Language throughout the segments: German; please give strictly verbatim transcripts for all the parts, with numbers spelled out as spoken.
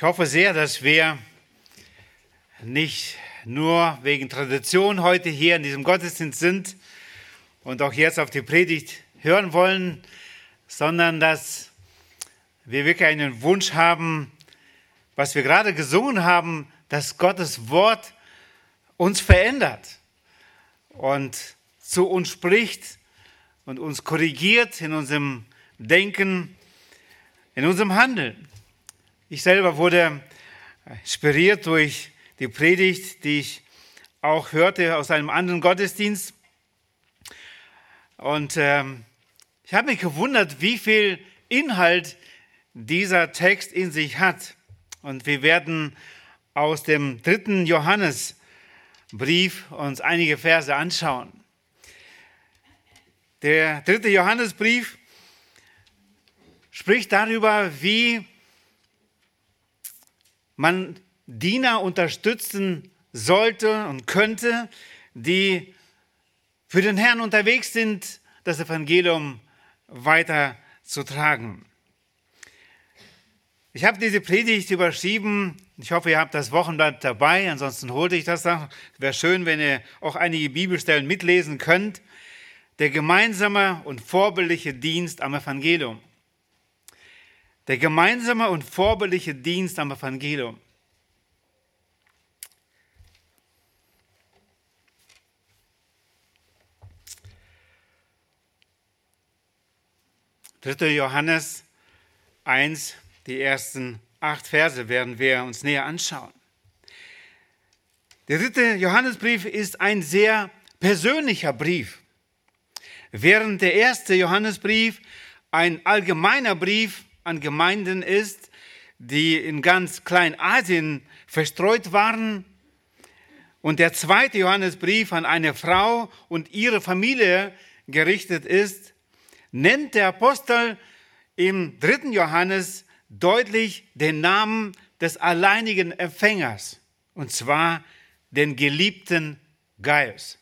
Ich hoffe sehr, dass wir nicht nur wegen Tradition heute hier in diesem Gottesdienst sind und auch jetzt auf die Predigt hören wollen, sondern dass wir wirklich einen Wunsch haben, was wir gerade gesungen haben, dass Gottes Wort uns verändert und zu uns spricht und uns korrigiert in unserem Denken, in unserem Handeln. Ich selber wurde inspiriert durch die Predigt, die ich auch hörte aus einem anderen Gottesdienst. Und ähm, ich habe mich gewundert, wie viel Inhalt dieser Text in sich hat. Und wir werden aus dem dritten Johannesbrief uns einige Verse anschauen. Der dritte Johannesbrief spricht darüber, wie man Diener unterstützen sollte und könnte, die für den Herrn unterwegs sind, das Evangelium weiterzutragen. Ich habe diese Predigt überschrieben. Ich hoffe, ihr habt das Wochenblatt dabei. Ansonsten holte ich das noch. Wäre schön, wenn ihr auch einige Bibelstellen mitlesen könnt. Der gemeinsame und vorbildliche Dienst am Evangelium. Der gemeinsame und vorbildliche Dienst am Evangelium. dritter Johannes eins, die ersten acht Verse werden wir uns näher anschauen. Der dritte Johannesbrief ist ein sehr persönlicher Brief. Während der erste Johannesbrief ein allgemeiner Brief an Gemeinden ist, die in ganz Kleinasien verstreut waren, und der zweite Johannesbrief an eine Frau und ihre Familie gerichtet ist, nennt der Apostel im dritten Johannes deutlich den Namen des alleinigen Empfängers, und zwar den geliebten Gaius.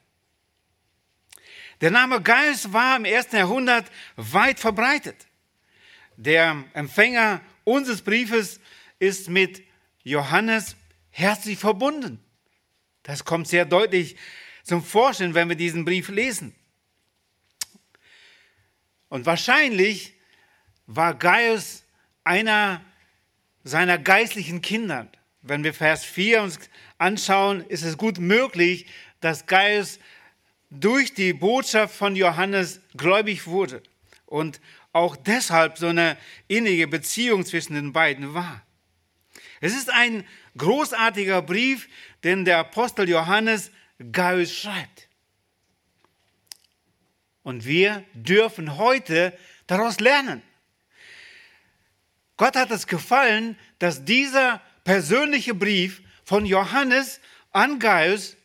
Der Name Gaius war im ersten Jahrhundert weit verbreitet. Der Empfänger unseres Briefes ist mit Johannes herzlich verbunden. Das kommt sehr deutlich zum Vorschein, wenn wir diesen Brief lesen. Und wahrscheinlich war Gaius einer seiner geistlichen Kinder. Wenn wir Vers vier uns anschauen, ist es gut möglich, dass Gaius durch die Botschaft von Johannes gläubig wurde und auch deshalb so eine innige Beziehung zwischen den beiden war. Es ist ein großartiger Brief, den der Apostel Johannes Gaius schreibt. Und wir dürfen heute daraus lernen. Gott hat es gefallen, dass dieser persönliche Brief von Johannes an Gaius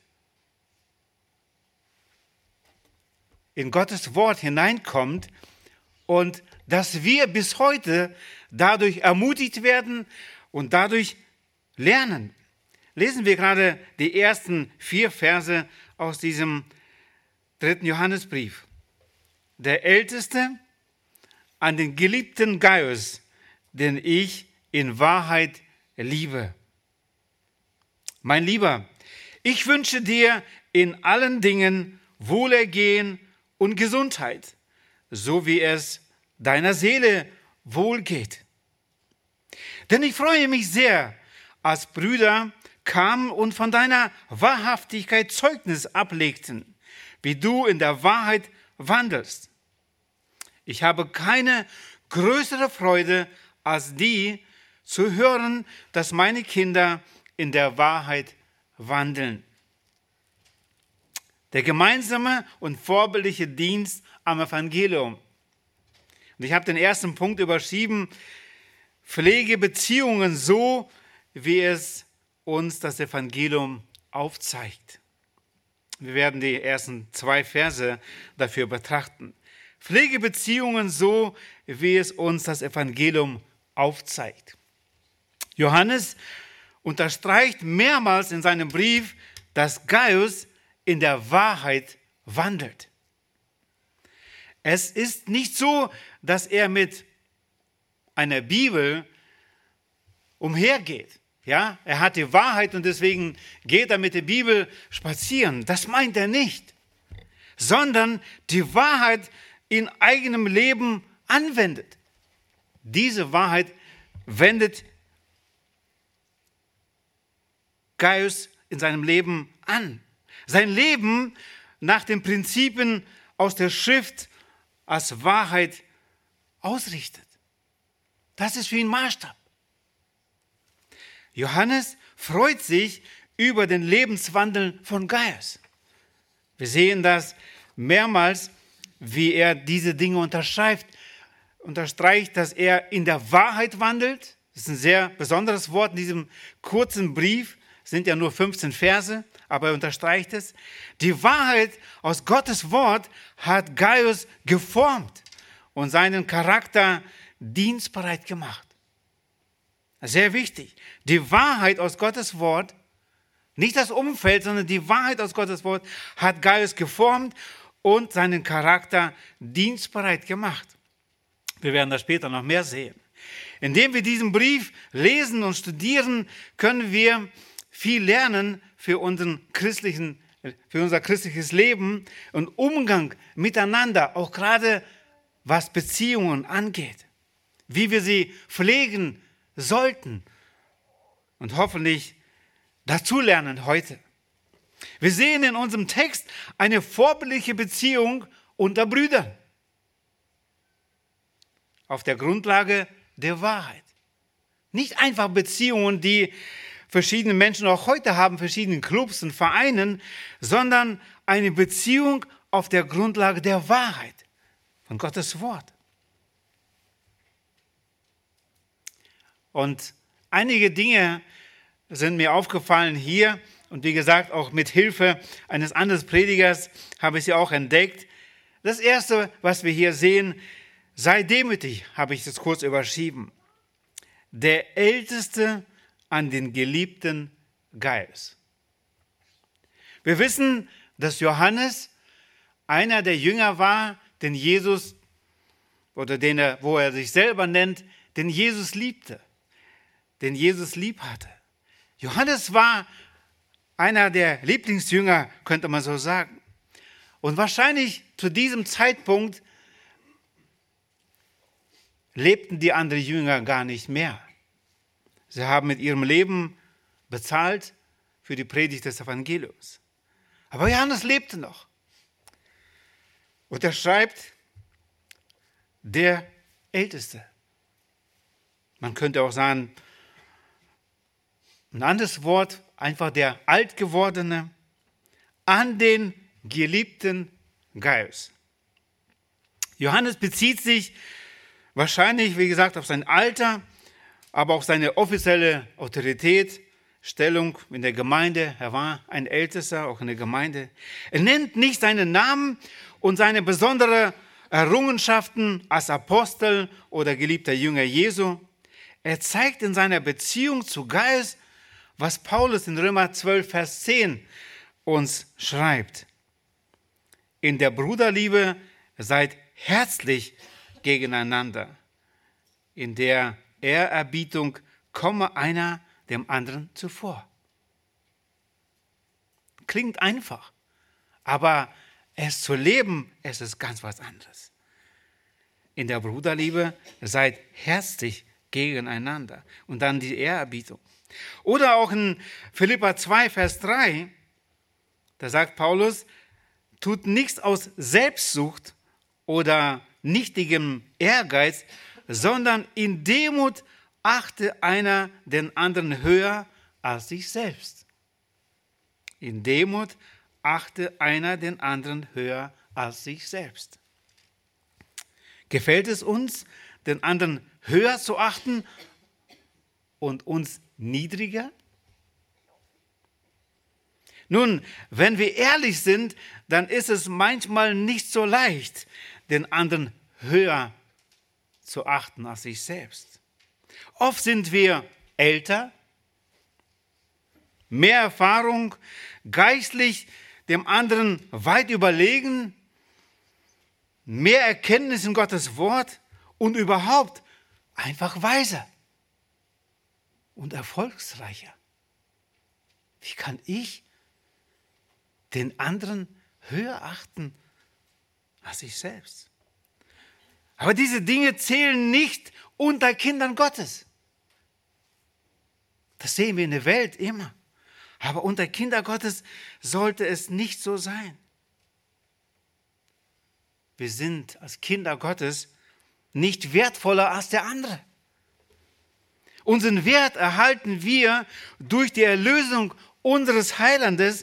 in Gottes Wort hineinkommt und dass wir bis heute dadurch ermutigt werden und dadurch lernen. Lesen wir gerade die ersten vier Verse aus diesem dritten Johannesbrief. Der Älteste an den geliebten Gaius, den ich in Wahrheit liebe. Mein Lieber, ich wünsche dir in allen Dingen Wohlergehen und Gesundheit, so wie es deiner Seele wohlgeht. Denn ich freue mich sehr, als Brüder kamen und von deiner Wahrhaftigkeit Zeugnis ablegten, wie du in der Wahrheit wandelst. Ich habe keine größere Freude als die, zu hören, dass meine Kinder in der Wahrheit wandeln. Der gemeinsame und vorbildliche Dienst am Evangelium. Und ich habe den ersten Punkt überschrieben: Pflege Beziehungen so, wie es uns das Evangelium aufzeigt. Wir werden die ersten zwei Verse dafür betrachten. Pflege Beziehungen so, wie es uns das Evangelium aufzeigt. Johannes unterstreicht mehrmals in seinem Brief, dass Gaius in der Wahrheit wandelt. Es ist nicht so, dass er mit einer Bibel umhergeht. Ja, er hat die Wahrheit und deswegen geht er mit der Bibel spazieren. Das meint er nicht, sondern die Wahrheit in eigenem Leben anwendet. Diese Wahrheit wendet Gaius in seinem Leben an. Sein Leben nach den Prinzipien aus der Schrift als Wahrheit ausrichtet. Das ist für ihn Maßstab. Johannes freut sich über den Lebenswandel von Gaius. Wir sehen das mehrmals, wie er diese Dinge unterstreicht, unterstreicht, dass er in der Wahrheit wandelt. Das ist ein sehr besonderes Wort in diesem kurzen Brief. Es sind ja nur fünfzehn Verse, aber er unterstreicht es. Die Wahrheit aus Gottes Wort hat Gaius geformt und seinen Charakter dienstbereit gemacht. Sehr wichtig. Die Wahrheit aus Gottes Wort, nicht das Umfeld, sondern die Wahrheit aus Gottes Wort hat Gaius geformt und seinen Charakter dienstbereit gemacht. Wir werden das später noch mehr sehen. Indem wir diesen Brief lesen und studieren, können wir viel lernen für, unseren christlichen, für unser christliches Leben und Umgang miteinander, auch gerade was Beziehungen angeht, wie wir sie pflegen sollten und hoffentlich dazulernen heute. Wir sehen in unserem Text eine vorbildliche Beziehung unter Brüdern auf der Grundlage der Wahrheit. Nicht einfach Beziehungen, die verschiedene Menschen auch heute haben, verschiedenen Clubs und Vereinen, sondern eine Beziehung auf der Grundlage der Wahrheit von Gottes Wort. Und einige Dinge sind mir aufgefallen hier und wie gesagt, auch mit Hilfe eines anderen Predigers habe ich sie auch entdeckt. Das Erste, was wir hier sehen, sei demütig, habe ich das kurz überschrieben. Der Älteste an den geliebten Gaius. Wir wissen, dass Johannes einer der Jünger war, den Jesus, oder den er, wo er sich selber nennt, den Jesus liebte, den Jesus lieb hatte. Johannes war einer der Lieblingsjünger, könnte man so sagen. Und wahrscheinlich zu diesem Zeitpunkt lebten die anderen Jünger gar nicht mehr. Sie haben mit ihrem Leben bezahlt für die Predigt des Evangeliums. Aber Johannes lebte noch. Und er schreibt, der Älteste. Man könnte auch sagen, ein anderes Wort, einfach der Altgewordene, an den geliebten Gaius. Johannes bezieht sich wahrscheinlich, wie gesagt, auf sein Alter, aber auch seine offizielle Autorität, Stellung in der Gemeinde. Er war ein Ältester, auch in der Gemeinde. Er nennt nicht seinen Namen und seine besonderen Errungenschaften als Apostel oder geliebter Jünger Jesu. Er zeigt in seiner Beziehung zu Gaius, was Paulus in Römer zwölf, Vers zehn uns schreibt. In der Bruderliebe seid herzlich gegeneinander. In der Ehrerbietung komme einer dem anderen zuvor. Klingt einfach, aber es zu leben, es ist ganz was anderes. In der Bruderliebe seid herzlich gegeneinander. Und dann die Ehrerbietung. Oder auch in Philipper zwei, Vers drei, da sagt Paulus, tut nichts aus Selbstsucht oder nichtigem Ehrgeiz, sondern in Demut achte einer den anderen höher als sich selbst. In Demut achte einer den anderen höher als sich selbst. Gefällt es uns, den anderen höher zu achten und uns niedriger? Nun, wenn wir ehrlich sind, dann ist es manchmal nicht so leicht, den anderen höher zu achten als sich selbst. Oft sind wir älter, mehr Erfahrung, geistlich dem anderen weit überlegen, mehr Erkenntnis in Gottes Wort und überhaupt einfach weiser. und erfolgreicher. Wie kann ich den anderen höher achten als ich selbst? Aber diese Dinge zählen nicht unter Kindern Gottes. Das sehen wir in der Welt immer. Aber unter Kindern Gottes sollte es nicht so sein. Wir sind als Kinder Gottes nicht wertvoller als der andere. Unseren Wert erhalten wir durch die Erlösung unseres Heilandes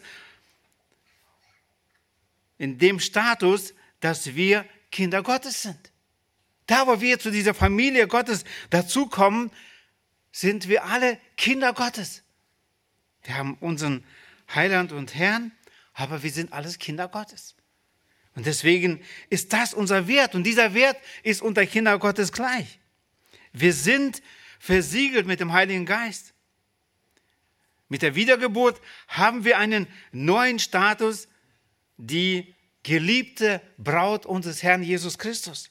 in dem Status, dass wir Kinder Gottes sind. Da, wo wir zu dieser Familie Gottes dazukommen, sind wir alle Kinder Gottes. Wir haben unseren Heiland und Herrn, aber wir sind alles Kinder Gottes. Und deswegen ist das unser Wert. Und dieser Wert ist unter Kinder Gottes gleich. Wir sind versiegelt mit dem Heiligen Geist. Mit der Wiedergeburt haben wir einen neuen Status, die geliebte Braut unseres Herrn Jesus Christus.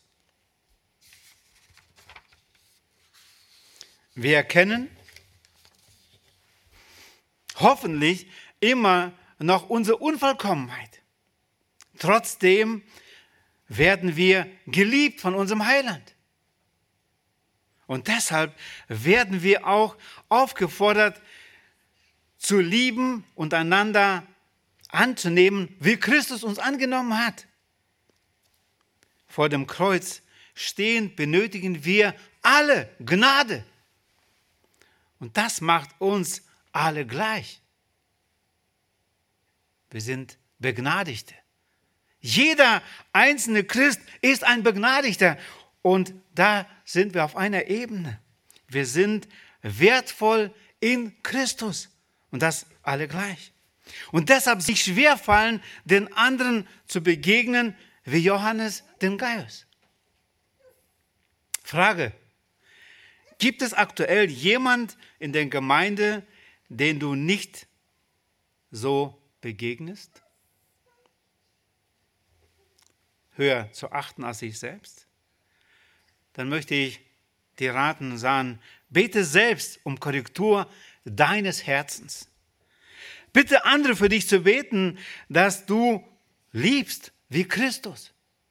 Wir erkennen hoffentlich immer noch unsere Unvollkommenheit. Trotzdem werden wir geliebt von unserem Heiland. Und deshalb werden wir auch aufgefordert, zu lieben und einander anzunehmen, wie Christus uns angenommen hat. Vor dem Kreuz stehend benötigen wir alle Gnade. Und das macht uns alle gleich. Wir sind Begnadigte. Jeder einzelne Christ ist ein Begnadigter. Und da sind wir auf einer Ebene. Wir sind wertvoll in Christus. Und das alle gleich. Und deshalb sich schwerfallen, den anderen zu begegnen, wie Johannes den Gaius. Frage: Gibt es aktuell jemand in der Gemeinde, den du nicht so begegnest? Höher zu achten als ich selbst? Dann möchte ich dir raten und sagen, bete selbst um Korrektur deines Herzens. Bitte andere für dich zu beten, dass du liebst wie Christus.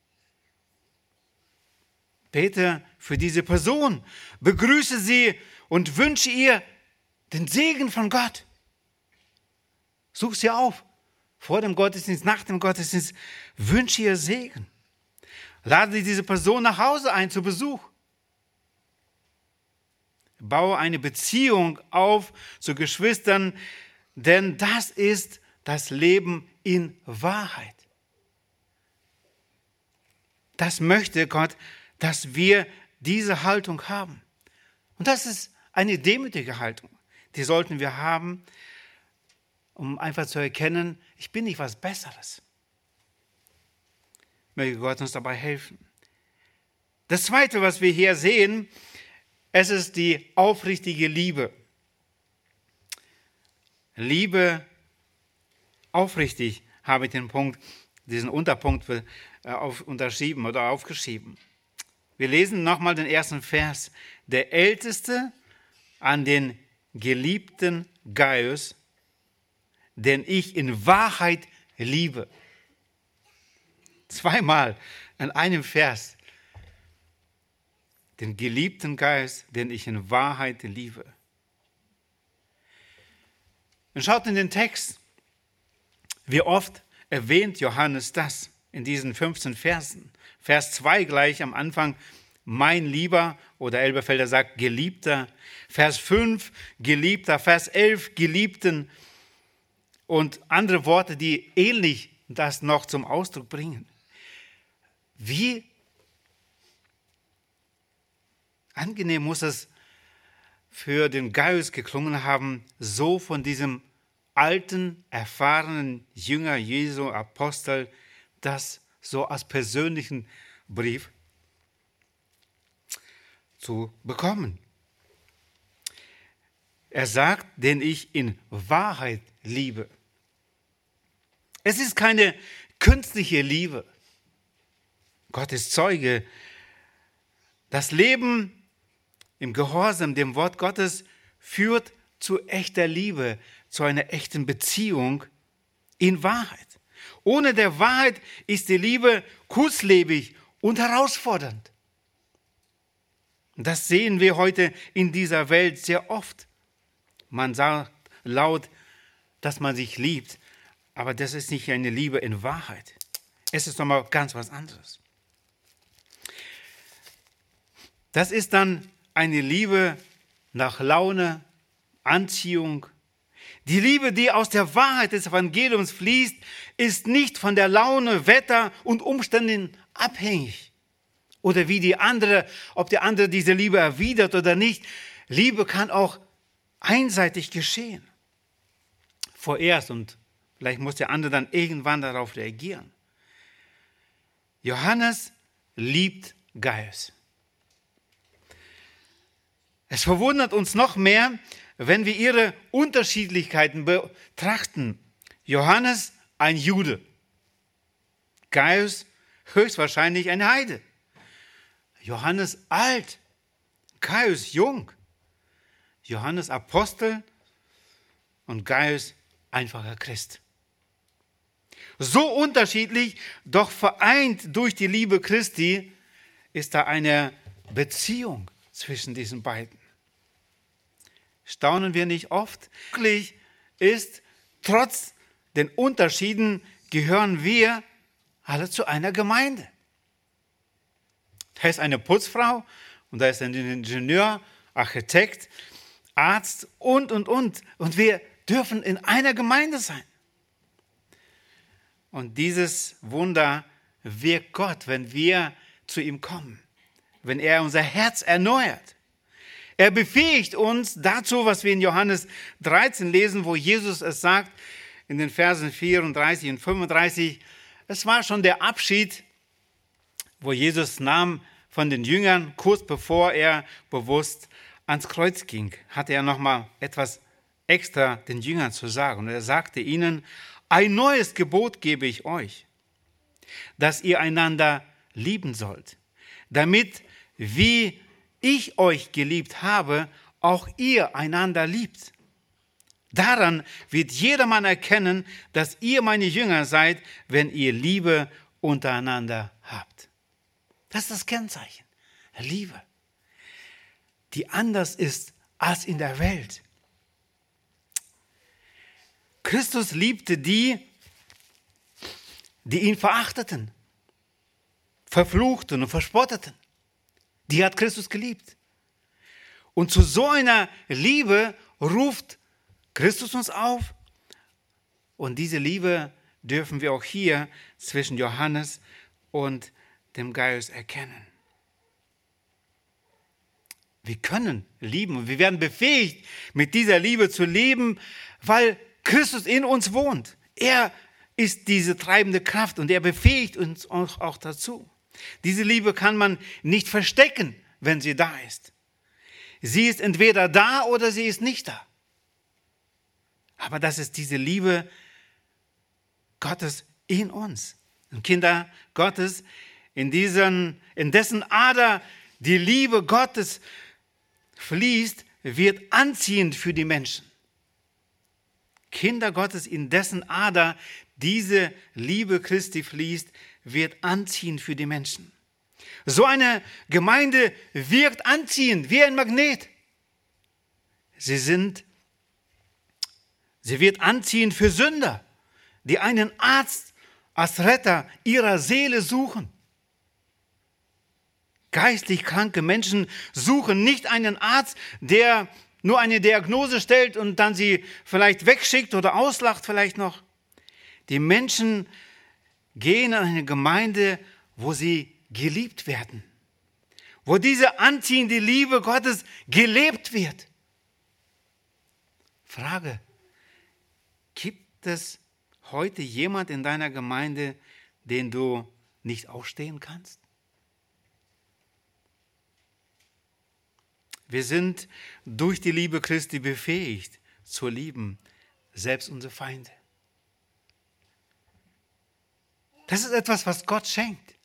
Bete für diese Person, begrüße sie und wünsche ihr den Segen von Gott. Such sie auf, vor dem Gottesdienst, nach dem Gottesdienst, wünsche ihr Segen. Lade diese Person nach Hause ein zu Besuch. Baue eine Beziehung auf zu Geschwistern, denn das ist das Leben in Wahrheit. Das möchte Gott, dass wir diese Haltung haben. Und das ist eine demütige Haltung. Die sollten wir haben, um einfach zu erkennen, ich bin nicht was Besseres. Möge Gott uns dabei helfen. Das Zweite, was wir hier sehen, es ist die aufrichtige Liebe. Liebe aufrichtig habe ich den Punkt, diesen Unterpunkt auf, unterschrieben oder aufgeschrieben. Wir lesen nochmal den ersten Vers. Der Älteste an den geliebten Gaius, den ich in Wahrheit liebe. Zweimal in einem Vers. Den geliebten Gaius, den ich in Wahrheit liebe. Und schaut in den Text, wie oft erwähnt Johannes das in diesen fünfzehn Versen. Vers zwei gleich am Anfang, mein Lieber, oder Elberfelder sagt Geliebter. Vers fünf, Geliebter. Vers elf, Geliebten. Und andere Worte, die ähnlich das noch zum Ausdruck bringen. Wie angenehm muss es für den Gaius geklungen haben, so von diesem alten, erfahrenen Jünger Jesu, Apostel, das so als persönlichen Brief zu bekommen. Er sagt, den ich in Wahrheit liebe. Es ist keine künstliche Liebe. Gott ist Zeuge. Das Leben im Gehorsam dem Wort Gottes führt zu echter Liebe, zu einer echten Beziehung in Wahrheit. Ohne der Wahrheit ist die Liebe kurzlebig und herausfordernd. Das sehen wir heute in dieser Welt sehr oft. Man sagt laut, dass man sich liebt, aber das ist nicht eine Liebe in Wahrheit. Es ist nochmal ganz was anderes. Das ist dann eine Liebe nach Laune, Anziehung. Die Liebe, die aus der Wahrheit des Evangeliums fließt, ist nicht von der Laune, Wetter und Umständen abhängig. Oder wie die andere, ob der andere diese Liebe erwidert oder nicht. Liebe kann auch einseitig geschehen. Vorerst, und vielleicht muss der andere dann irgendwann darauf reagieren. Johannes liebt Gaius. Es verwundert uns noch mehr, wenn wir ihre Unterschiedlichkeiten betrachten. Johannes, ein Jude. Gaius, höchstwahrscheinlich ein Heide. Johannes, alt. Gaius, jung. Johannes, Apostel. Und Gaius, einfacher Christ. So unterschiedlich, doch vereint durch die Liebe Christi, ist da eine Beziehung zwischen diesen beiden. Staunen wir nicht oft? Wirklich ist, trotz den Unterschieden gehören wir alle zu einer Gemeinde. Da ist eine Putzfrau und da ist ein Ingenieur, Architekt, Arzt und, und, und. Und wir dürfen in einer Gemeinde sein. Und dieses Wunder wirkt Gott, wenn wir zu ihm kommen, wenn er unser Herz erneuert. Er befähigt uns dazu, was wir in Johannes dreizehn lesen, wo Jesus es sagt, in den Versen vierunddreißig und fünfunddreißig. Es war schon der Abschied, wo Jesus nahm von den Jüngern, kurz bevor er bewusst ans Kreuz ging, hatte er nochmal etwas extra den Jüngern zu sagen. Und er sagte ihnen, ein neues Gebot gebe ich euch, dass ihr einander lieben sollt, damit, wie ich euch geliebt habe, auch ihr einander liebt. Daran wird jedermann erkennen, dass ihr meine Jünger seid, wenn ihr Liebe untereinander habt. Das ist das Kennzeichen, Liebe, die anders ist als in der Welt. Christus liebte die, die ihn verachteten, verfluchten und verspotteten. Die hat Christus geliebt. Und zu so einer Liebe ruft Christus uns auf. Und diese Liebe dürfen wir auch hier zwischen Johannes und dem Gaius erkennen. Wir können lieben und wir werden befähigt, mit dieser Liebe zu leben, weil Christus in uns wohnt. Er ist diese treibende Kraft und er befähigt uns auch dazu. Diese Liebe kann man nicht verstecken, wenn sie da ist. Sie ist entweder da oder sie ist nicht da. Aber das ist diese Liebe Gottes in uns. Und Kinder Gottes, in, diesen, in dessen Ader die Liebe Gottes fließt, wird anziehend für die Menschen. Kinder Gottes, in dessen Ader diese Liebe Christi fließt, wird anziehend für die Menschen. So eine Gemeinde wirkt anziehend, wie ein Magnet. Sie sind, sie wird anziehend für Sünder, die einen Arzt als Retter ihrer Seele suchen. Geistlich kranke Menschen suchen nicht einen Arzt, der nur eine Diagnose stellt und dann sie vielleicht wegschickt oder auslacht vielleicht noch. Die Menschen gehen in eine Gemeinde, wo sie geliebt werden, wo diese anziehende Liebe Gottes gelebt wird. Frage, gibt es heute jemand in deiner Gemeinde, den du nicht ausstehen kannst? Wir sind durch die Liebe Christi befähigt zu lieben, selbst unsere Feinde. Das ist etwas, was Gott schenkt.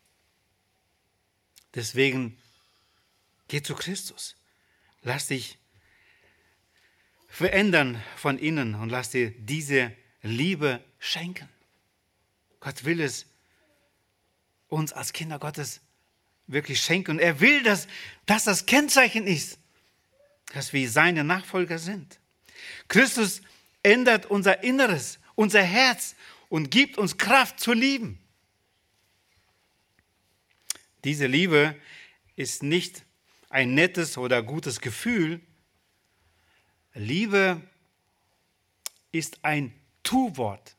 Deswegen geh zu Christus. Lass dich verändern von innen und lass dir diese Liebe schenken. Gott will es uns als Kinder Gottes wirklich schenken. Und er will, dass das das Kennzeichen ist, dass wir seine Nachfolger sind. Christus ändert unser Inneres, unser Herz und gibt uns Kraft zu lieben. Diese Liebe ist nicht ein nettes oder gutes Gefühl. Liebe ist ein Tu-Wort.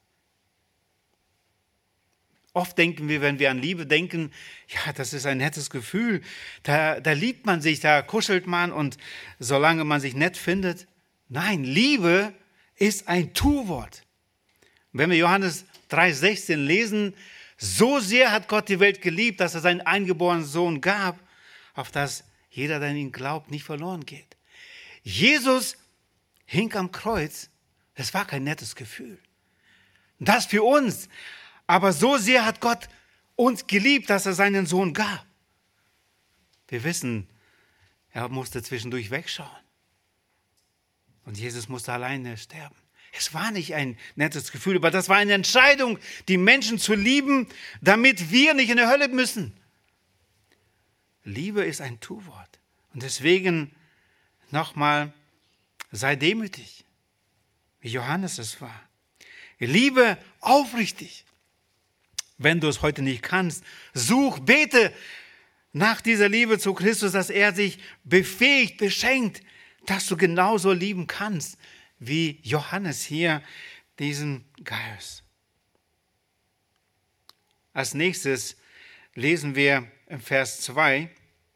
Oft denken wir, wenn wir an Liebe denken, ja, das ist ein nettes Gefühl. Da, da liebt man sich, da kuschelt man und solange man sich nett findet. Nein, Liebe ist ein Tu-Wort. Wenn wir Johannes drei sechzehn lesen, so sehr hat Gott die Welt geliebt, dass er seinen eingeborenen Sohn gab, auf dass jeder, der an ihn glaubt, nicht verloren geht. Jesus hing am Kreuz, das war kein nettes Gefühl. Das für uns. Aber so sehr hat Gott uns geliebt, dass er seinen Sohn gab. Wir wissen, er musste zwischendurch wegschauen. Und Jesus musste alleine sterben. Es war nicht ein nettes Gefühl, aber das war eine Entscheidung, die Menschen zu lieben, damit wir nicht in die Hölle müssen. Liebe ist ein Tu-Wort. Und deswegen nochmal, sei demütig, wie Johannes es war. Liebe aufrichtig. Wenn du es heute nicht kannst, such, bete nach dieser Liebe zu Christus, dass er sich befähigt, beschenkt, dass du genauso lieben kannst, wie Johannes hier diesen Gaius. Als nächstes lesen wir im Vers zwei,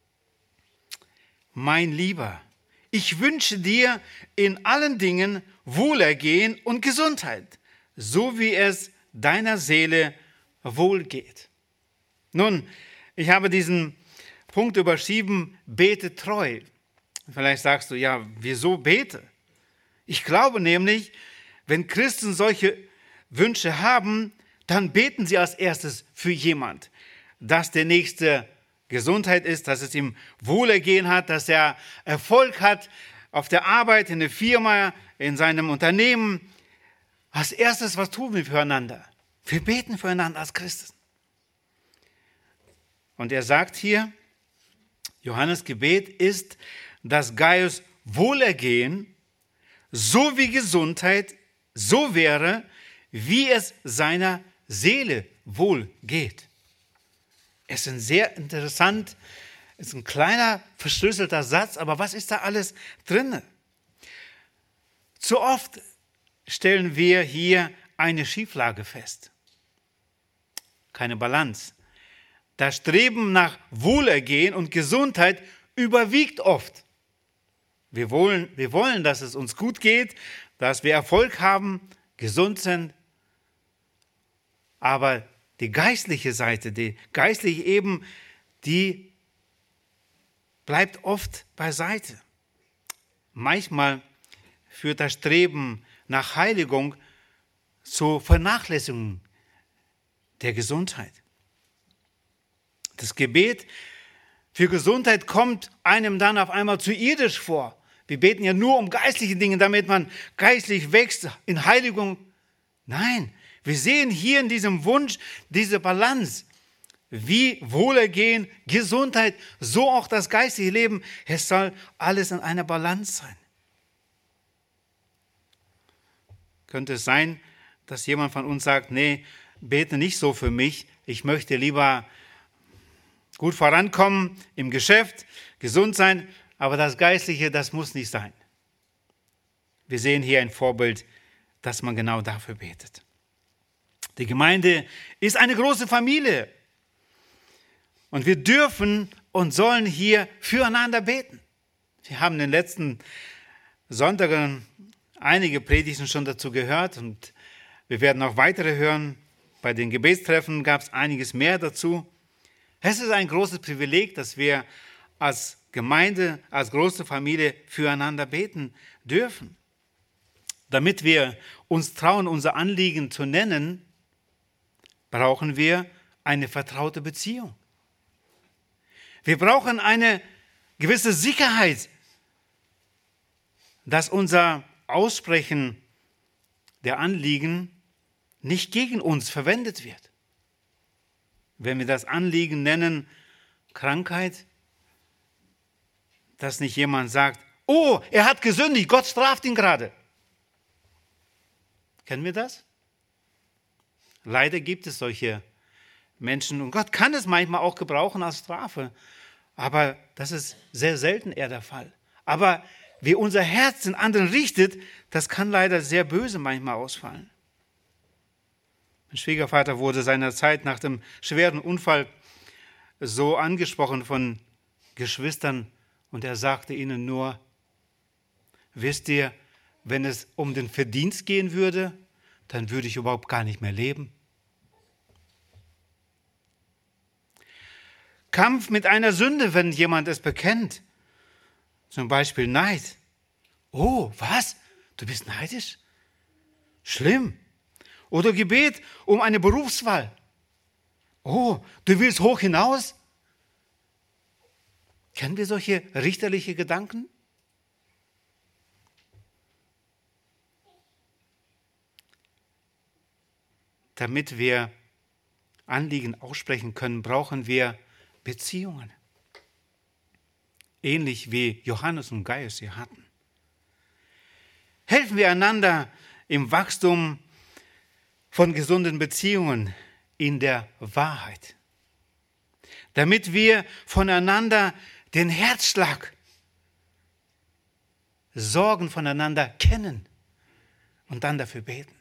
mein Lieber, ich wünsche dir in allen Dingen Wohlergehen und Gesundheit, so wie es deiner Seele wohl geht. Nun, ich habe diesen Punkt überschrieben, bete treu. Vielleicht sagst du, ja, wieso bete? Ich glaube nämlich, wenn Christen solche Wünsche haben, dann beten sie als erstes für jemand, dass der Nächste Gesundheit ist, dass es ihm Wohlergehen hat, dass er Erfolg hat auf der Arbeit, in der Firma, in seinem Unternehmen. Als erstes, was tun wir füreinander? Wir beten füreinander als Christen. Und er sagt hier, Johannes Gebet ist, dass Gaius Wohlergehen sowie Gesundheit so wäre, wie es seiner Seele wohl geht. Es ist ein sehr interessant, es ist ein kleiner, verschlüsselter Satz, aber was ist da alles drin? Zu oft stellen wir hier eine Schieflage fest. Keine Balance. Das Streben nach Wohlergehen und Gesundheit überwiegt oft. Wir wollen, wir wollen, dass es uns gut geht, dass wir Erfolg haben, gesund sind. Aber die geistliche Seite, die geistliche eben, die bleibt oft beiseite. Manchmal führt das Streben nach Heiligung zur Vernachlässigung der Gesundheit. Das Gebet für Gesundheit kommt einem dann auf einmal zu irdisch vor. Wir beten ja nur um geistliche Dinge, damit man geistlich wächst in Heiligung. Nein, wir sehen hier in diesem Wunsch diese Balance. Wie Wohlergehen, Gesundheit, so auch das geistliche Leben. Es soll alles in einer Balance sein. Könnte es sein, dass jemand von uns sagt, nee, bete nicht so für mich. Ich möchte lieber gut vorankommen im Geschäft, gesund sein, aber das Geistliche, das muss nicht sein. Wir sehen hier ein Vorbild, dass man genau dafür betet. Die Gemeinde ist eine große Familie und wir dürfen und sollen hier füreinander beten. Wir haben in den letzten Sonntagen einige Predigten schon dazu gehört und wir werden auch weitere hören. Bei den Gebetstreffen gab es einiges mehr dazu. Es ist ein großes Privileg, dass wir als Gemeinde, als große Familie füreinander beten dürfen. Damit wir uns trauen, unser Anliegen zu nennen, brauchen wir eine vertraute Beziehung. Wir brauchen eine gewisse Sicherheit, dass unser Aussprechen der Anliegen nicht gegen uns verwendet wird. Wenn wir das Anliegen nennen Krankheit, dass nicht jemand sagt, oh, er hat gesündigt, Gott straft ihn gerade. Kennen wir das? Leider gibt es solche Menschen und Gott kann es manchmal auch gebrauchen als Strafe, aber das ist sehr selten eher der Fall. Aber wie unser Herz den anderen richtet, das kann leider sehr böse manchmal ausfallen. Mein Schwiegervater wurde seinerzeit nach dem schweren Unfall so angesprochen von Geschwistern und er sagte ihnen nur, wisst ihr, wenn es um den Verdienst gehen würde, dann würde ich überhaupt gar nicht mehr leben. Kampf mit einer Sünde, wenn jemand es bekennt. Zum Beispiel Neid. Oh, was? Du bist neidisch? Schlimm. Oder Gebet um eine Berufswahl. Oh, du willst hoch hinaus? Kennen wir solche richterliche Gedanken? Damit wir Anliegen aussprechen können, brauchen wir Beziehungen. Ähnlich wie Johannes und Gaius sie hatten. Helfen wir einander im Wachstum von gesunden Beziehungen in der Wahrheit. Damit wir voneinander den Herzschlag, Sorgen voneinander kennen und dann dafür beten.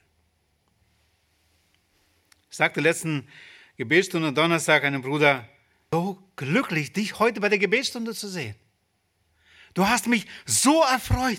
Ich sagte letzten Gebetsstunde Donnerstag einem Bruder, so glücklich, dich heute bei der Gebetsstunde zu sehen. Du hast mich so erfreut.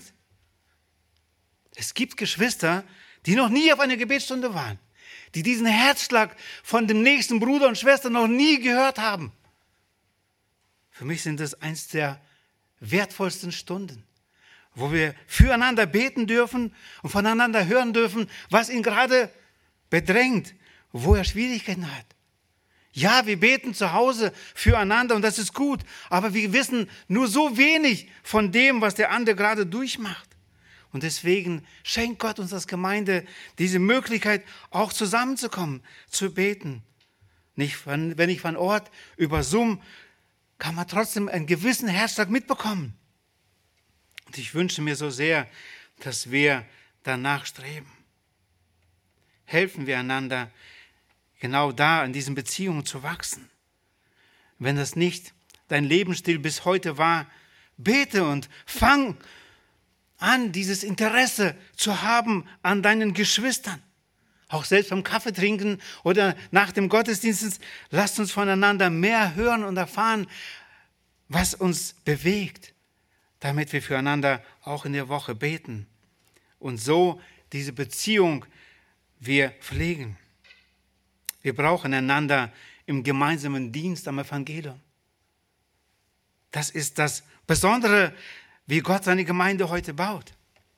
Es gibt Geschwister, die noch nie auf einer Gebetsstunde waren, die diesen Herzschlag von dem nächsten Bruder und Schwester noch nie gehört haben. Für mich sind es eins der wertvollsten Stunden, wo wir füreinander beten dürfen und voneinander hören dürfen, was ihn gerade bedrängt, wo er Schwierigkeiten hat. Ja, wir beten zu Hause füreinander und das ist gut, aber wir wissen nur so wenig von dem, was der andere gerade durchmacht. Und deswegen schenkt Gott uns als Gemeinde diese Möglichkeit, auch zusammenzukommen, zu beten. Nicht von, wenn ich von Ort über Zoom, kann man trotzdem einen gewissen Herzschlag mitbekommen. Und ich wünsche mir so sehr, dass wir danach streben. Helfen wir einander, genau da in diesen Beziehungen zu wachsen. Wenn das nicht dein Lebensstil bis heute war, bete und fang an, dieses Interesse zu haben an deinen Geschwistern. Auch selbst beim Kaffee trinken oder nach dem Gottesdienst, lasst uns voneinander mehr hören und erfahren, was uns bewegt, damit wir füreinander auch in der Woche beten und so diese Beziehung wir pflegen. Wir brauchen einander im gemeinsamen Dienst am Evangelium. Das ist das Besondere, wie Gott seine Gemeinde heute baut.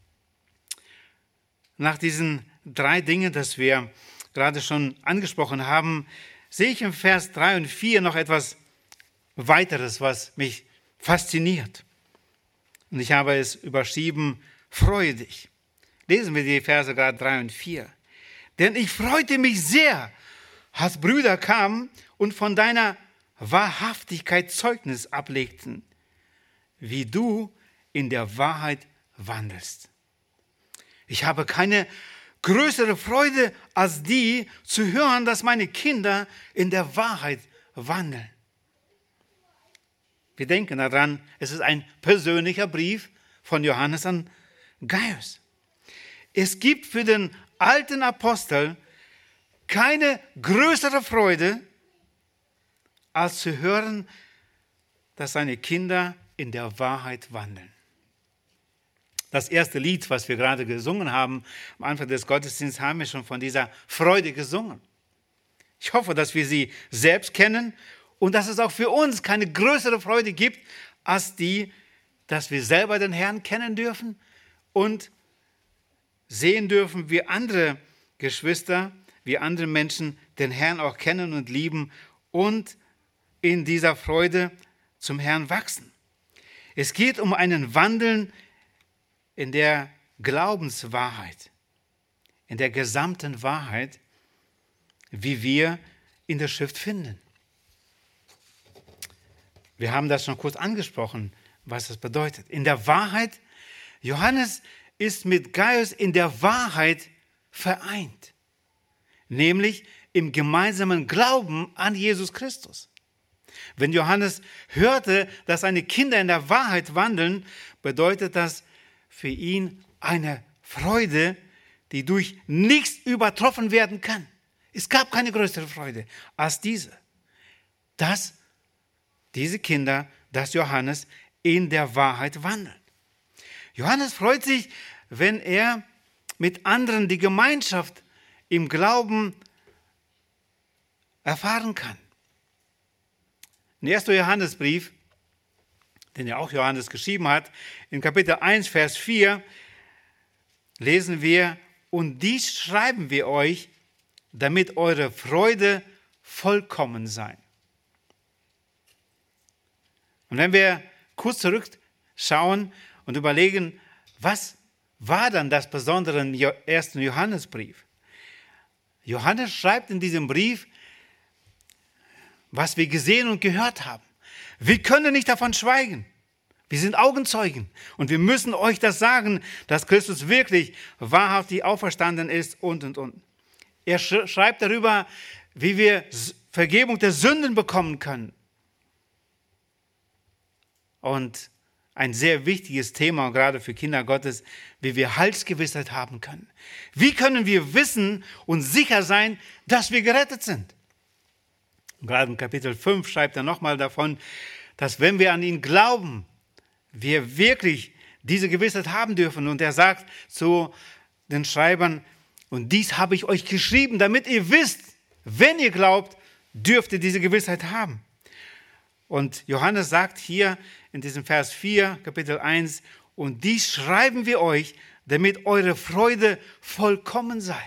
Nach diesen drei Dingen, das wir gerade schon angesprochen haben, sehe ich im Vers drei und vier noch etwas weiteres, was mich fasziniert. Und ich habe es überschrieben, freue dich. Lesen wir die Verse gerade drei und vier. Denn ich freute mich sehr, als Brüder kamen und von deiner Wahrhaftigkeit Zeugnis ablegten, wie du in der Wahrheit wandelst. Ich habe keine größere Freude als die, zu hören, dass meine Kinder in der Wahrheit wandeln. Wir denken daran, es ist ein persönlicher Brief von Johannes an Gaius. Es gibt für den alten Apostel keine größere Freude, als zu hören, dass seine Kinder in der Wahrheit wandeln. Das erste Lied, was wir gerade gesungen haben, am Anfang des Gottesdienstes, haben wir schon von dieser Freude gesungen. Ich hoffe, dass wir sie selbst kennen und dass es auch für uns keine größere Freude gibt, als die, dass wir selber den Herrn kennen dürfen und sehen dürfen, wie andere Geschwister, wie andere Menschen den Herrn auch kennen und lieben und in dieser Freude zum Herrn wachsen. Es geht um einen Wandeln in der Glaubenswahrheit, in der gesamten Wahrheit, wie wir in der Schrift finden. Wir haben das schon kurz angesprochen, was das bedeutet. In der Wahrheit, Johannes ist mit Gaius in der Wahrheit vereint, nämlich im gemeinsamen Glauben an Jesus Christus. Wenn Johannes hörte, dass seine Kinder in der Wahrheit wandeln, bedeutet das für ihn eine Freude, die durch nichts übertroffen werden kann. Es gab keine größere Freude als diese, dass diese Kinder, dass Johannes in der Wahrheit wandeln. Johannes freut sich, wenn er mit anderen die Gemeinschaft im Glauben erfahren kann. Im ersten Johannesbrief, den ja auch Johannes geschrieben hat, in Kapitel eins, Vers vier, lesen wir, und dies schreiben wir euch, damit eure Freude vollkommen sei. Und wenn wir kurz zurückschauen und überlegen, was war dann das Besondere im ersten Johannesbrief? Johannes schreibt in diesem Brief, was wir gesehen und gehört haben. Wir können nicht davon schweigen. Wir sind Augenzeugen und wir müssen euch das sagen, dass Christus wirklich wahrhaftig auferstanden ist und, und, und. Er schreibt darüber, wie wir Vergebung der Sünden bekommen können. Und ein sehr wichtiges Thema, gerade für Kinder Gottes, wie wir Heilsgewissheit haben können. Wie können wir wissen und sicher sein, dass wir gerettet sind? Und gerade in Kapitel fünf schreibt er nochmal davon, dass wenn wir an ihn glauben, wir wirklich diese Gewissheit haben dürfen. Und er sagt zu den Schreibern, und dies habe ich euch geschrieben, damit ihr wisst, wenn ihr glaubt, dürft ihr diese Gewissheit haben. Und Johannes sagt hier in diesem Vers vier, Kapitel eins, und dies schreiben wir euch, damit eure Freude vollkommen sei.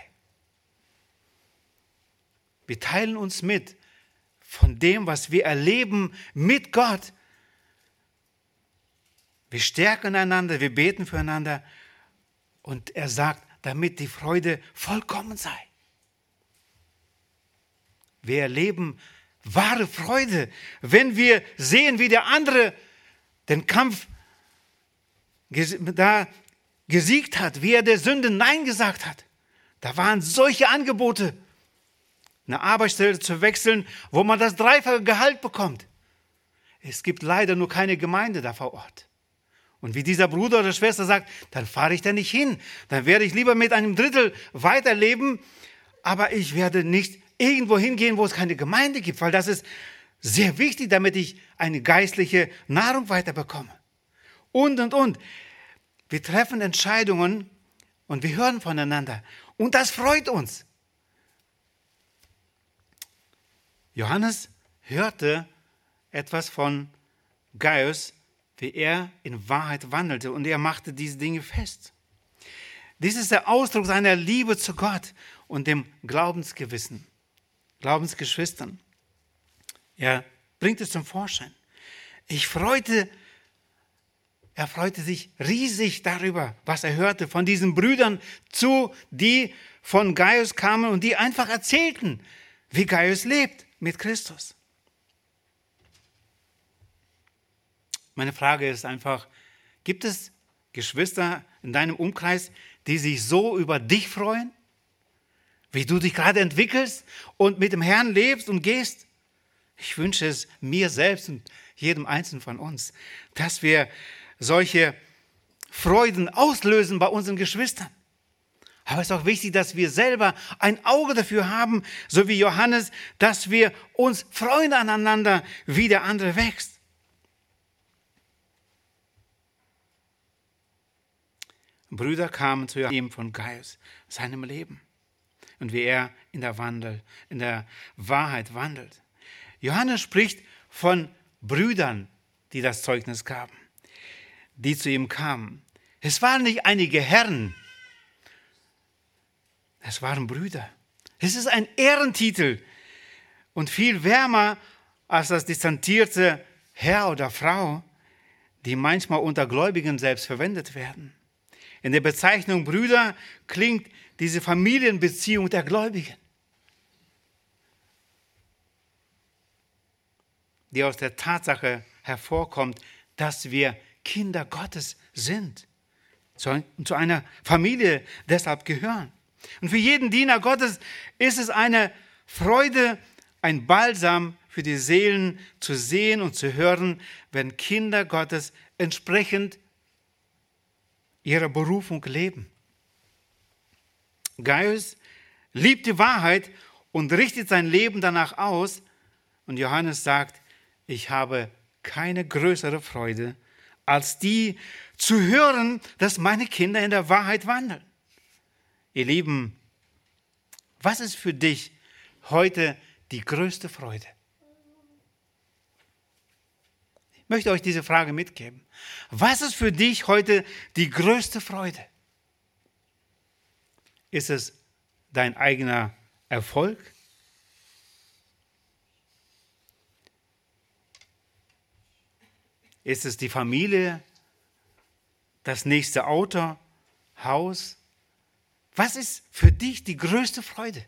Wir teilen uns mit von dem, was wir erleben mit Gott. Wir stärken einander, wir beten füreinander. Und er sagt, damit die Freude vollkommen sei. Wir erleben wahre Freude, wenn wir sehen, wie der andere den Kampf da gesiegt hat, wie er der Sünde Nein gesagt hat. Da waren solche Angebote, eine Arbeitsstelle zu wechseln, wo man das dreifache Gehalt bekommt. Es gibt leider nur keine Gemeinde da vor Ort. Und wie dieser Bruder oder Schwester sagt, dann fahre ich da nicht hin. Dann werde ich lieber mit einem Drittel weiterleben, aber ich werde nicht irgendwo hingehen, wo es keine Gemeinde gibt, weil das ist sehr wichtig, damit ich eine geistliche Nahrung weiterbekomme. Und, und, und. Wir treffen Entscheidungen und wir hören voneinander. Und das freut uns. Johannes hörte etwas von Gaius, wie er in Wahrheit wandelte, und er machte diese Dinge fest. Dies ist der Ausdruck seiner Liebe zu Gott und dem Glaubensgewissen, Glaubensgeschwistern. Er bringt es zum Vorschein. Ich freute, er freute sich riesig darüber, was er hörte von diesen Brüdern zu, die von Gaius kamen und die einfach erzählten, wie Gaius lebt mit Christus. Meine Frage ist einfach, gibt es Geschwister in deinem Umkreis, die sich so über dich freuen, wie du dich gerade entwickelst und mit dem Herrn lebst und gehst? Ich wünsche es mir selbst und jedem Einzelnen von uns, dass wir solche Freuden auslösen bei unseren Geschwistern. Aber es ist auch wichtig, dass wir selber ein Auge dafür haben, so wie Johannes, dass wir uns freuen aneinander, wie der andere wächst. Brüder kamen zu ihm von Gaius, seinem Leben, und wie er in der Wandel, in der Wahrheit wandelt. Johannes spricht von Brüdern, die das Zeugnis gaben, die zu ihm kamen. Es waren nicht einige Herren, es waren Brüder. Es ist ein Ehrentitel und viel wärmer als das distanzierte Herr oder Frau, die manchmal unter Gläubigen selbst verwendet werden. In der Bezeichnung Brüder klingt diese Familienbeziehung der Gläubigen, die aus der Tatsache hervorkommt, dass wir Kinder Gottes sind, zu, zu einer Familie deshalb gehören. Und für jeden Diener Gottes ist es eine Freude, ein Balsam für die Seelen zu sehen und zu hören, wenn Kinder Gottes entsprechend ihrer Berufung leben. Gaius liebt die Wahrheit und richtet sein Leben danach aus. Und Johannes sagt, ich habe keine größere Freude, als die zu hören, dass meine Kinder in der Wahrheit wandeln. Ihr Lieben, was ist für dich heute die größte Freude? Ich möchte euch diese Frage mitgeben. Was ist für dich heute die größte Freude? Ist es dein eigener Erfolg? Ist es die Familie, das nächste Auto, Haus? Was ist für dich die größte Freude?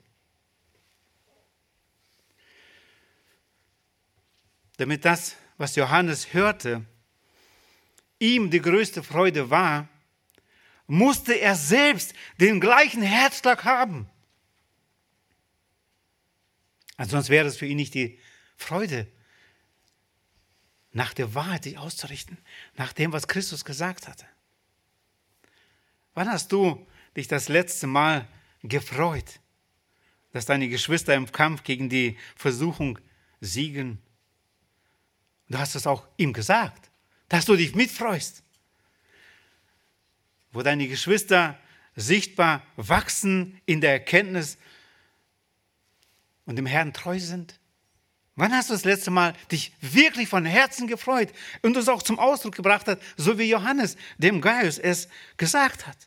Damit das, was Johannes hörte, ihm die größte Freude war, musste er selbst den gleichen Herzschlag haben. Ansonsten wäre es für ihn nicht die Freude, nach der Wahrheit sich auszurichten, nach dem, was Christus gesagt hatte. Wann hast du dich das letzte Mal gefreut, dass deine Geschwister im Kampf gegen die Versuchung siegen? Du hast es auch ihm gesagt, dass du dich mitfreust. Wo deine Geschwister sichtbar wachsen in der Erkenntnis und dem Herrn treu sind. Wann hast du das letzte Mal dich wirklich von Herzen gefreut und es auch zum Ausdruck gebracht hat, so wie Johannes dem Gaius es gesagt hat?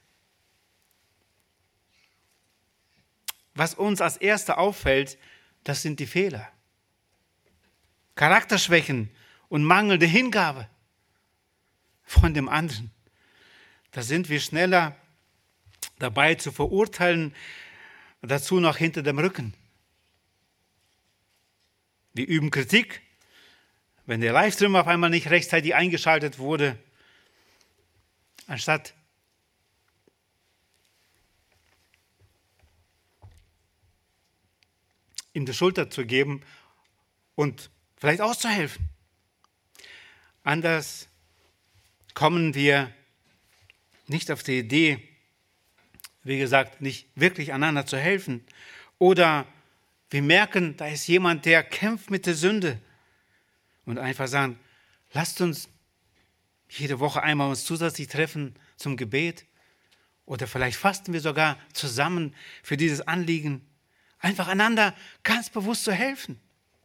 Was uns als Erster auffällt, das sind die Fehler. Charakterschwächen und mangelnde Hingabe von dem anderen. Da sind wir schneller dabei zu verurteilen, dazu noch hinter dem Rücken. Wir üben Kritik, wenn der Livestream auf einmal nicht rechtzeitig eingeschaltet wurde, anstatt ihm die Schulter zu geben und vielleicht auszuhelfen. Anders kommen wir nicht auf die Idee, wie gesagt, nicht wirklich einander zu helfen. Oder wir merken, da ist jemand, der kämpft mit der Sünde. Und einfach sagen, lasst uns jede Woche einmal uns zusätzlich treffen zum Gebet. Oder vielleicht fasten wir sogar zusammen für dieses Anliegen. Einfach einander ganz bewusst zu helfen.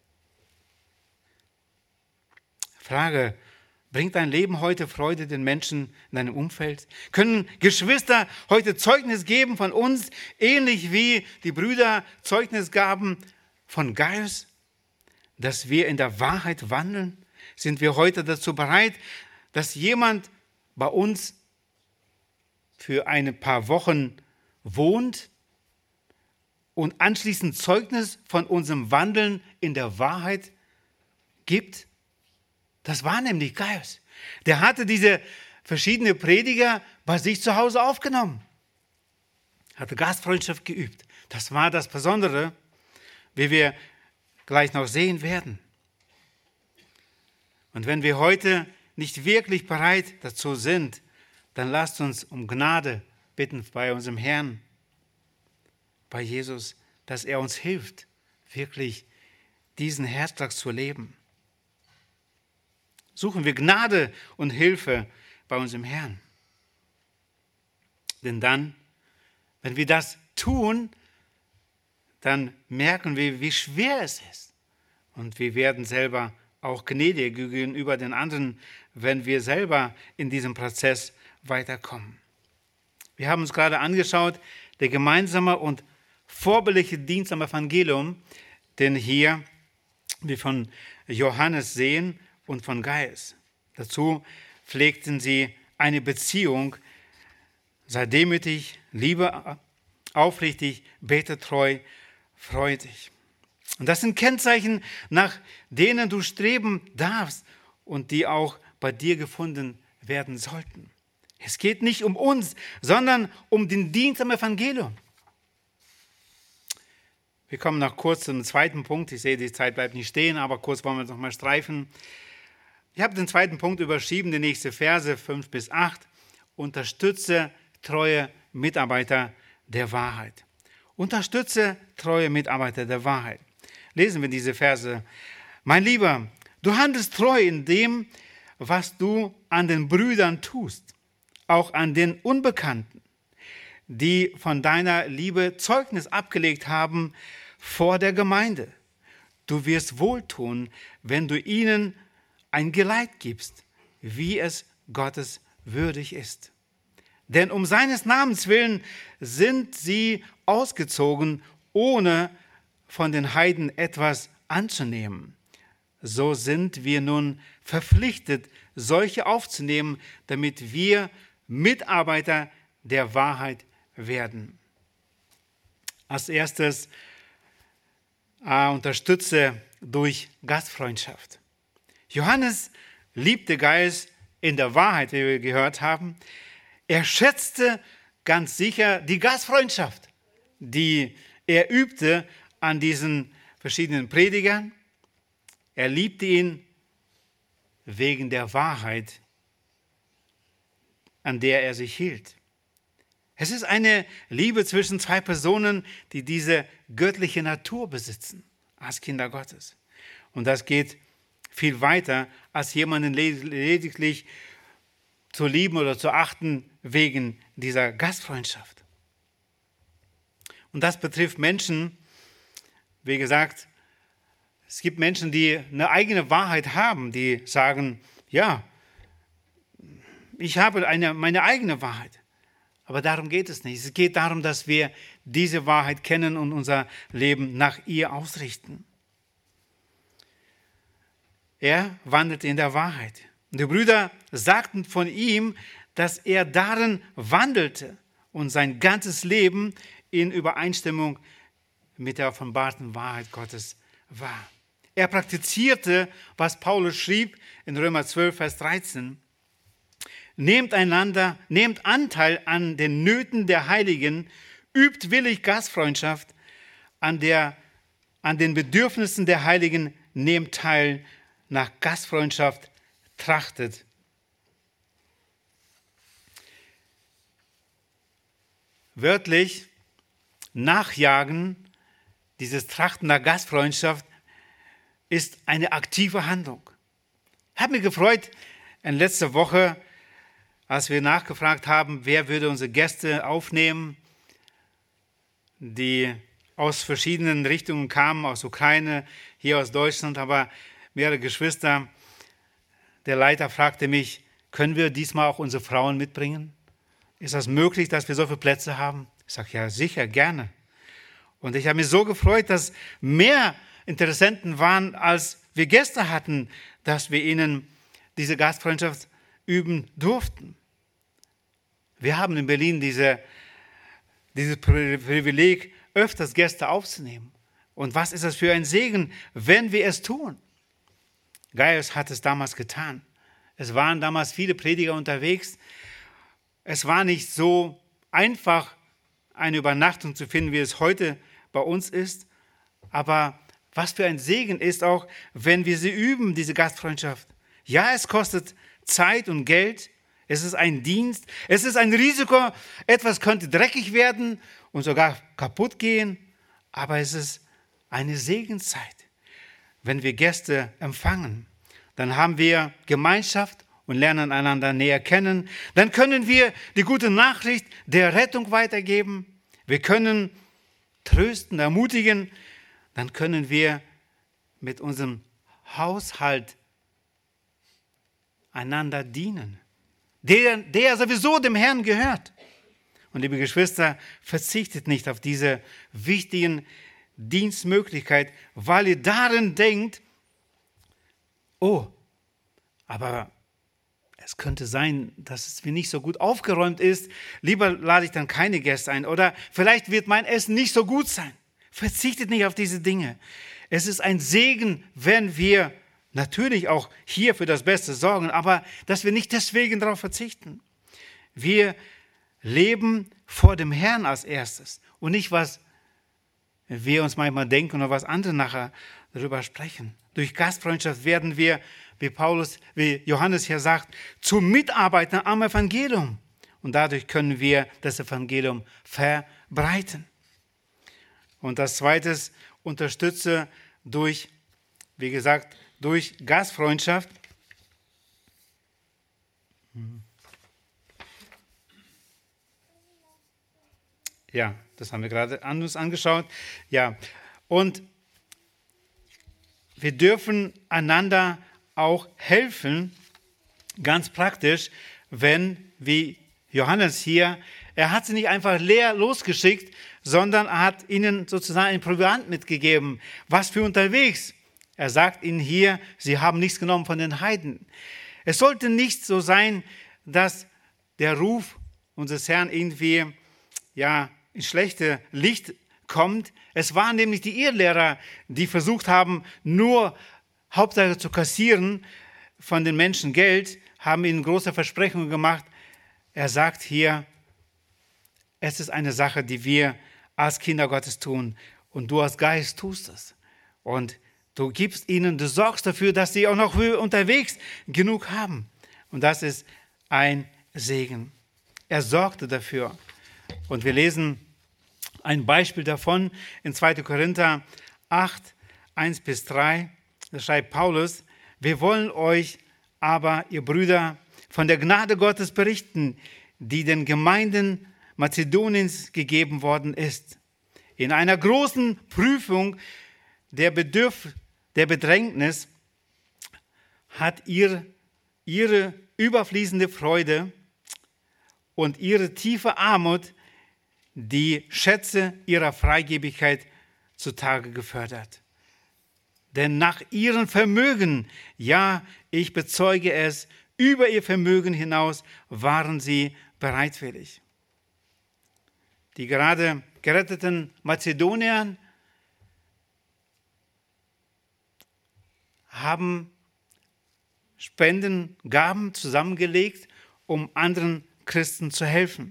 Frage, bringt dein Leben heute Freude den Menschen in deinem Umfeld? Können Geschwister heute Zeugnis geben von uns, ähnlich wie die Brüder Zeugnis gaben von Gaius, dass wir in der Wahrheit wandeln? Sind wir heute dazu bereit, dass jemand bei uns für ein paar Wochen wohnt und anschließend Zeugnis von unserem Wandeln in der Wahrheit gibt? Das war nämlich Gaius. Der hatte diese verschiedenen Prediger bei sich zu Hause aufgenommen. Hatte Gastfreundschaft geübt. Das war das Besondere, wie wir gleich noch sehen werden. Und wenn wir heute nicht wirklich bereit dazu sind, dann lasst uns um Gnade bitten bei unserem Herrn, bei Jesus, dass er uns hilft, wirklich diesen Herzschlag zu leben. Suchen wir Gnade und Hilfe bei unserem Herrn. Denn dann, wenn wir das tun, dann merken wir, wie schwer es ist. Und wir werden selber auch gnädig gegenüber den anderen, wenn wir selber in diesem Prozess weiterkommen. Wir haben uns gerade angeschaut, der gemeinsame und vorbildliche Dienst am Evangelium, den hier wir von Johannes sehen und von Gaius. Dazu pflegten sie eine Beziehung sei demütig, liebe aufrichtig, bete treu, freue dich. Und das sind Kennzeichen, nach denen du streben darfst und die auch bei dir gefunden werden sollten. Es geht nicht um uns, sondern um den Dienst am Evangelium. Wir kommen noch kurz zum zweiten Punkt. Ich sehe, die Zeit bleibt nicht stehen, aber kurz wollen wir es noch mal streifen. Ich habe den zweiten Punkt überschrieben, die nächste Verse fünf bis acht. Unterstütze treue Mitarbeiter der Wahrheit. Unterstütze treue Mitarbeiter der Wahrheit. Lesen wir diese Verse. Mein Lieber, du handelst treu in dem, was du an den Brüdern tust, auch an den Unbekannten, die von deiner Liebe Zeugnis abgelegt haben vor der Gemeinde. Du wirst wohltun, wenn du ihnen ein Geleit gibst, wie es Gottes würdig ist. Denn um seines Namens willen sind sie ausgezogen, ohne von den Heiden etwas anzunehmen. So sind wir nun verpflichtet, solche aufzunehmen, damit wir Mitarbeiter der Wahrheit werden. Als erstes äh, unterstütze durch Gastfreundschaft. Johannes liebte Gaius in der Wahrheit, wie wir gehört haben. Er schätzte ganz sicher die Gastfreundschaft, die er übte an diesen verschiedenen Predigern. Er liebte ihn wegen der Wahrheit, an der er sich hielt. Es ist eine Liebe zwischen zwei Personen, die diese göttliche Natur besitzen, als Kinder Gottes. Und das geht viel weiter, als jemanden lediglich zu lieben oder zu achten wegen dieser Gastfreundschaft. Und das betrifft Menschen, wie gesagt, es gibt Menschen, die eine eigene Wahrheit haben, die sagen, ja, ich habe eine, meine eigene Wahrheit. Aber darum geht es nicht. Es geht darum, dass wir diese Wahrheit kennen und unser Leben nach ihr ausrichten. Er wandelte in der Wahrheit. Und die Brüder sagten von ihm, dass er darin wandelte und sein ganzes Leben in Übereinstimmung mit der offenbarten Wahrheit Gottes war. Er praktizierte, was Paulus schrieb in Römer zwölf, Vers dreizehn. Nehmt einander, nehmt Anteil an den Nöten der Heiligen, übt willig Gastfreundschaft, an, der, an den Bedürfnissen der Heiligen, nehmt teil, nach Gastfreundschaft trachtet. Wörtlich nachjagen, dieses Trachten nach Gastfreundschaft, ist eine aktive Handlung. Ich habe mich gefreut, in letzter Woche, als wir nachgefragt haben, wer würde unsere Gäste aufnehmen, die aus verschiedenen Richtungen kamen, aus Ukraine, hier aus Deutschland, aber mehrere Geschwister. Der Leiter fragte mich, können wir diesmal auch unsere Frauen mitbringen? Ist das möglich, dass wir so viele Plätze haben? Ich sage, ja, sicher, gerne. Und ich habe mich so gefreut, dass mehr Interessenten waren, als wir Gäste hatten, dass wir ihnen diese Gastfreundschaft üben durften. Wir haben in Berlin diese, dieses Privileg, öfters Gäste aufzunehmen. Und was ist das für ein Segen, wenn wir es tun? Gaius hat es damals getan. Es waren damals viele Prediger unterwegs. Es war nicht so einfach, eine Übernachtung zu finden, wie es heute bei uns ist. Aber was für ein Segen ist auch, wenn wir sie üben, diese Gastfreundschaft. Ja, es kostet Zeit und Geld. Es ist ein Dienst. Es ist ein Risiko. Etwas könnte dreckig werden und sogar kaputt gehen. Aber es ist eine Segenszeit. Wenn wir Gäste empfangen, dann haben wir Gemeinschaft und lernen einander näher kennen. Dann können wir die gute Nachricht der Rettung weitergeben. Wir können trösten, ermutigen. Dann können wir mit unserem Haushalt einander dienen, der, der sowieso dem Herrn gehört. Und liebe Geschwister, verzichtet nicht auf diese wichtigen Dienstmöglichkeit, weil ihr darin denkt, oh, aber es könnte sein, dass es mir nicht so gut aufgeräumt ist. Lieber lade ich dann keine Gäste ein. Oder vielleicht wird mein Essen nicht so gut sein. Verzichtet nicht auf diese Dinge. Es ist ein Segen, wenn wir natürlich auch hier für das Beste sorgen, aber dass wir nicht deswegen darauf verzichten. Wir leben vor dem Herrn als erstes und nicht, was wir uns manchmal denken oder was andere nachher darüber sprechen. Durch Gastfreundschaft werden wir, wie Paulus, wie Johannes hier sagt, zu Mitarbeitern am Evangelium. Und dadurch können wir das Evangelium verbreiten. Und das Zweite ist, unterstütze durch, wie gesagt, durch Gastfreundschaft. Ja, das haben wir gerade an uns angeschaut. Ja, und wir dürfen einander auch helfen, ganz praktisch, wenn, wie Johannes hier, er hat sie nicht einfach leer losgeschickt, sondern er hat ihnen sozusagen ein Proviant mitgegeben. Was für unterwegs? Er sagt ihnen hier, sie haben nichts genommen von den Heiden. Es sollte nicht so sein, dass der Ruf unseres Herrn irgendwie ja, ins schlechte Licht kommt. Es waren nämlich die Irrlehrer, die versucht haben, nur Hauptsache zu kassieren von den Menschen Geld, haben ihnen große Versprechungen gemacht. Er sagt hier, es ist eine Sache, die wir als Kinder Gottes tun und du als Geist tust es. Und du gibst ihnen, du sorgst dafür, dass sie auch noch unterwegs genug haben. Und das ist ein Segen. Er sorgte dafür. Und wir lesen ein Beispiel davon in zweiter Korinther acht, eins bis drei. Da schreibt Paulus, wir wollen euch aber, ihr Brüder, von der Gnade Gottes berichten, die den Gemeinden Mazedoniens gegeben worden ist. In einer großen Prüfung der, Bedürf- der Bedrängnis hat ihr, ihre überfließende Freude und ihre tiefe Armut die Schätze ihrer Freigebigkeit zutage gefördert. Denn nach ihrem Vermögen, ja, ich bezeuge es, über ihr Vermögen hinaus waren sie bereitwillig. Die gerade geretteten Mazedonier haben Spendengaben zusammengelegt, um anderen Christen zu helfen.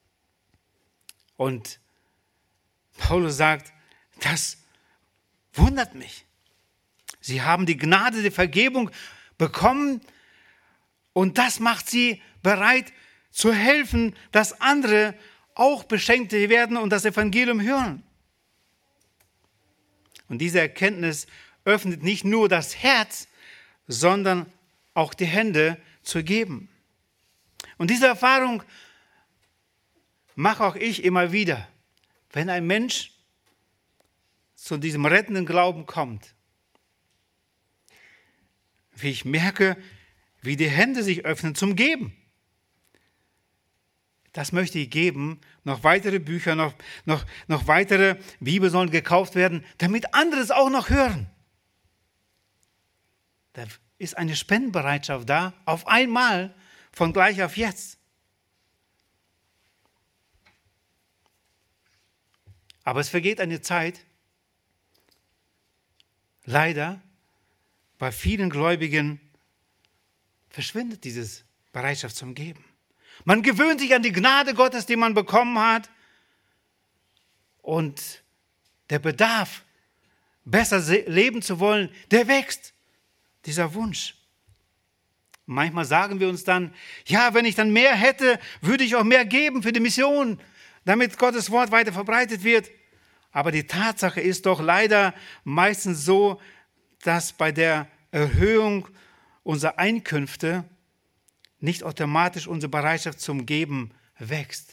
Und Paulus sagt, das wundert mich. Sie haben die Gnade der Vergebung bekommen und das macht sie bereit zu helfen, dass andere auch beschenkt werden und das Evangelium hören. Und diese Erkenntnis öffnet nicht nur das Herz, sondern auch die Hände zu geben. Und diese Erfahrung mache auch ich immer wieder. Wenn ein Mensch zu diesem rettenden Glauben kommt, wie ich merke, wie die Hände sich öffnen zum Geben. Das möchte ich geben. Noch weitere Bücher, noch, noch, noch weitere Bibeln sollen gekauft werden, damit andere es auch noch hören. Da ist eine Spendenbereitschaft da, auf einmal, von gleich auf jetzt. Aber es vergeht eine Zeit, leider, bei vielen Gläubigen verschwindet diese Bereitschaft zum Geben. Man gewöhnt sich an die Gnade Gottes, die man bekommen hat. Und der Bedarf, besser leben zu wollen, der wächst. Dieser Wunsch. Manchmal sagen wir uns dann, ja, wenn ich dann mehr hätte, würde ich auch mehr geben für die Mission, damit Gottes Wort weiter verbreitet wird. Aber die Tatsache ist doch leider meistens so, dass bei der Erhöhung unserer Einkünfte nicht automatisch unsere Bereitschaft zum Geben wächst.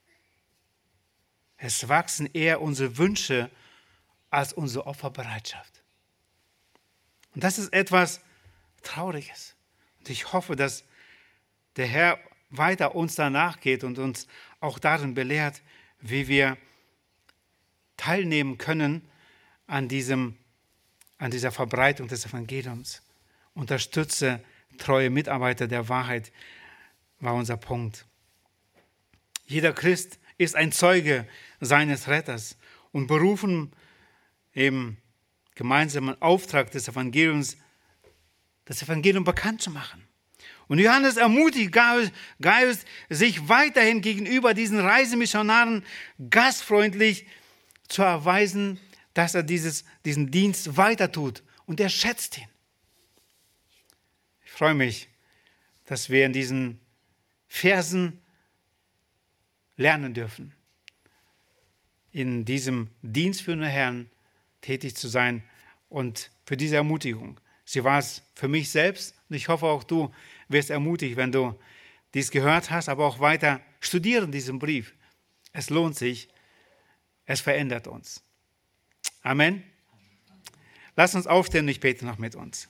Es wachsen eher unsere Wünsche als unsere Opferbereitschaft. Und das ist etwas Trauriges. Und ich hoffe, dass der Herr weiter uns danach geht und uns auch darin belehrt, wie wir teilnehmen können an, diesem, an dieser Verbreitung des Evangeliums. Unterstütze treue Mitarbeiter der Wahrheit war unser Punkt. Jeder Christ ist ein Zeuge seines Retters und berufen, im gemeinsamen Auftrag des Evangeliums, das Evangelium bekannt zu machen. Und Johannes ermutigt Gaius, Gaius, sich weiterhin gegenüber diesen Reisemissionaren gastfreundlich zu erweisen, dass er dieses, diesen Dienst weiter tut. Und er schätzt ihn. Ich freue mich, dass wir in diesen Versen lernen dürfen, in diesem Dienst für den Herrn tätig zu sein und für diese Ermutigung. Sie war es für mich selbst und ich hoffe auch du wirst ermutigt, wenn du dies gehört hast, aber auch weiter studieren diesen Brief. Es lohnt sich, es verändert uns. Amen. Lass uns aufstehen und ich bete noch mit uns.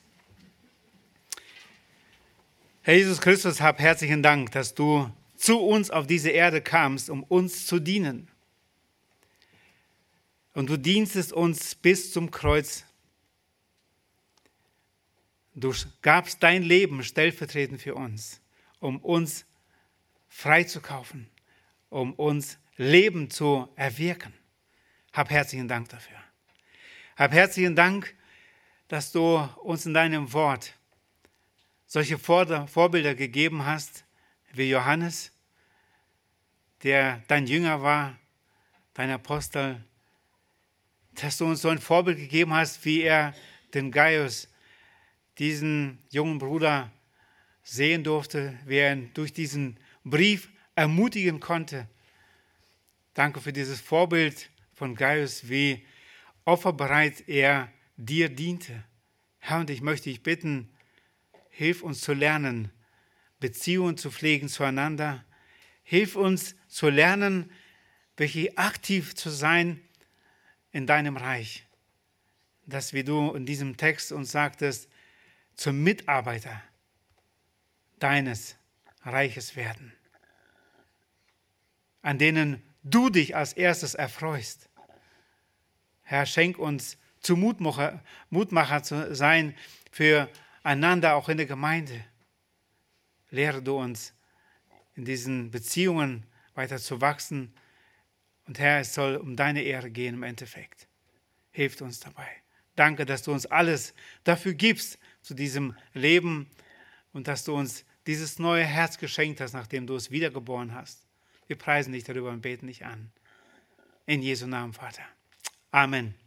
Herr Jesus Christus, hab herzlichen Dank, dass du zu uns auf diese Erde kamst, um uns zu dienen. Und du dienstest uns bis zum Kreuz. Du gabst dein Leben stellvertretend für uns, um uns freizukaufen, um uns Leben zu erwirken. Hab herzlichen Dank dafür. Hab herzlichen Dank, dass du uns in deinem Wort solche Vorbilder gegeben hast, wie Johannes, der dein Jünger war, dein Apostel, dass du uns so ein Vorbild gegeben hast, wie er den Gaius, diesen jungen Bruder, sehen durfte, wie er ihn durch diesen Brief ermutigen konnte. Danke für dieses Vorbild von Gaius, wie opferbereit er dir diente. Herr, und ich möchte dich bitten, hilf uns zu lernen, Beziehungen zu pflegen zueinander. Hilf uns zu lernen, wirklich aktiv zu sein in deinem Reich. Dass, wie du in diesem Text uns sagtest, zum Mitarbeiter deines Reiches werden, an denen du dich als erstes erfreust. Herr, schenk uns zu Mutmacher, Mutmacher zu sein für einander, auch in der Gemeinde. Lehre du uns, in diesen Beziehungen weiter zu wachsen. Und Herr, es soll um deine Ehre gehen im Endeffekt. Hilf uns dabei. Danke, dass du uns alles dafür gibst, zu diesem Leben und dass du uns dieses neue Herz geschenkt hast, nachdem du es wiedergeboren hast. Wir preisen dich darüber und beten dich an. In Jesu Namen, Vater. Amen.